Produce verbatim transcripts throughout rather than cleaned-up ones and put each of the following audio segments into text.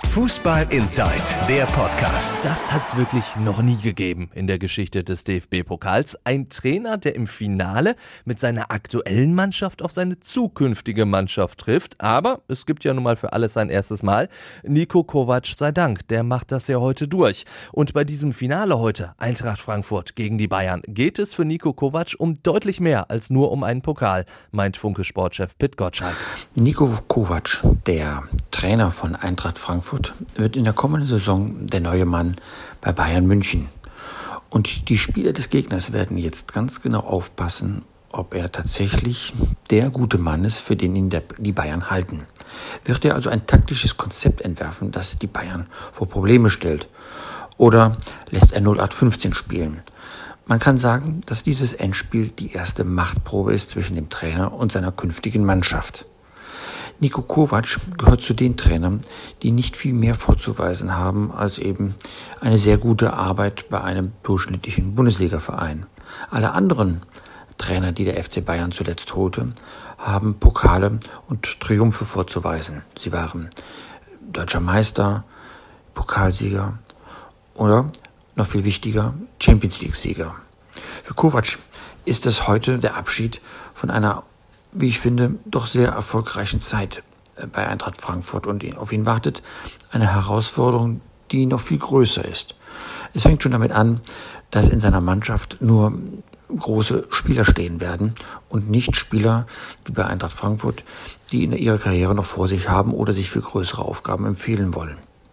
Fußball Inside, der Podcast. Das hat's wirklich noch nie gegeben in der Geschichte des D F B-Pokals. Ein Trainer, der im Finale mit seiner aktuellen Mannschaft auf seine zukünftige Mannschaft trifft. Aber es gibt ja nun mal für alles sein erstes Mal. Niko Kovac sei Dank, der macht das ja heute durch. Und bei diesem Finale heute, Eintracht Frankfurt gegen die Bayern, geht es für Niko Kovac um deutlich mehr als nur um einen Pokal, meint Funke-Sportchef Pit Gottschalk. Niko Kovac, der Trainer von Eintracht Frankfurt, wird in der kommenden Saison der neue Mann bei Bayern München. Und die Spieler des Gegners werden jetzt ganz genau aufpassen, ob er tatsächlich der gute Mann ist, für den ihn der, die Bayern halten. Wird er also ein taktisches Konzept entwerfen, das die Bayern vor Probleme stellt? Oder lässt er null acht fünfzehn spielen? Man kann sagen, dass dieses Endspiel die erste Machtprobe ist zwischen dem Trainer und seiner künftigen Mannschaft. Niko Kovac gehört zu den Trainern, die nicht viel mehr vorzuweisen haben als eben eine sehr gute Arbeit bei einem durchschnittlichen Bundesliga-Verein. Alle anderen Trainer, die der F C Bayern zuletzt holte, haben Pokale und Triumphe vorzuweisen. Sie waren deutscher Meister, Pokalsieger oder, noch viel wichtiger, Champions-League-Sieger. Für Kovac ist es heute der Abschied von einer, wie ich finde, doch sehr erfolgreichen Zeit bei Eintracht Frankfurt, und auf ihn wartet eine Herausforderung, die noch viel größer ist. Es fängt schon damit an, dass in seiner Mannschaft nur große Spieler stehen werden und nicht Spieler wie bei Eintracht Frankfurt, die in ihrer Karriere noch vor sich haben oder sich für größere Aufgaben empfehlen wollen.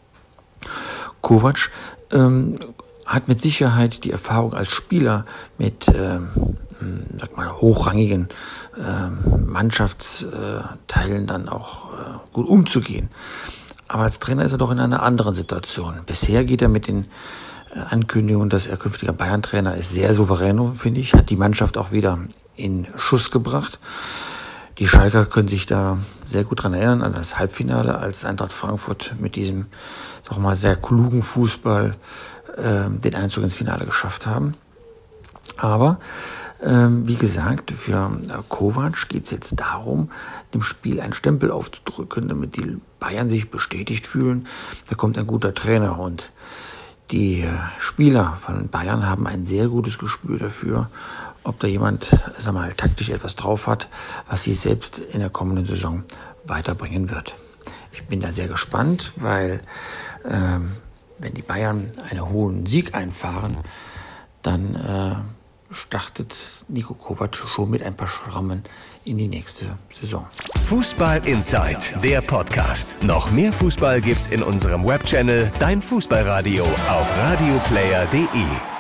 Kovac ähm, hat mit Sicherheit die Erfahrung als Spieler mit ähm, sag mal, hochrangigen äh, Mannschaftsteilen dann auch äh, gut umzugehen. Aber als Trainer ist er doch in einer anderen Situation. Bisher geht er mit den äh, Ankündigungen, dass er künftiger Bayern-Trainer ist, sehr souverän, finde ich, hat die Mannschaft auch wieder in Schuss gebracht. Die Schalker können sich da sehr gut dran erinnern, an das Halbfinale, als Eintracht Frankfurt mit diesem, sag mal, sehr klugen Fußball äh, den Einzug ins Finale geschafft haben. Aber ähm, wie gesagt, für äh, Kovac geht es jetzt darum, dem Spiel einen Stempel aufzudrücken, damit die Bayern sich bestätigt fühlen, da kommt ein guter Trainer. Und die äh, Spieler von Bayern haben ein sehr gutes Gespür dafür, ob da jemand, sag mal, taktisch etwas drauf hat, was sie selbst in der kommenden Saison weiterbringen wird. Ich bin da sehr gespannt, weil ähm, wenn die Bayern einen hohen Sieg einfahren, dann äh, startet Niko Kovac schon mit ein paar Schrammen in die nächste Saison. Fußball Inside, der Podcast. Noch mehr Fußball gibt's in unserem Webchannel Dein Fußballradio auf radioplayer punkt de.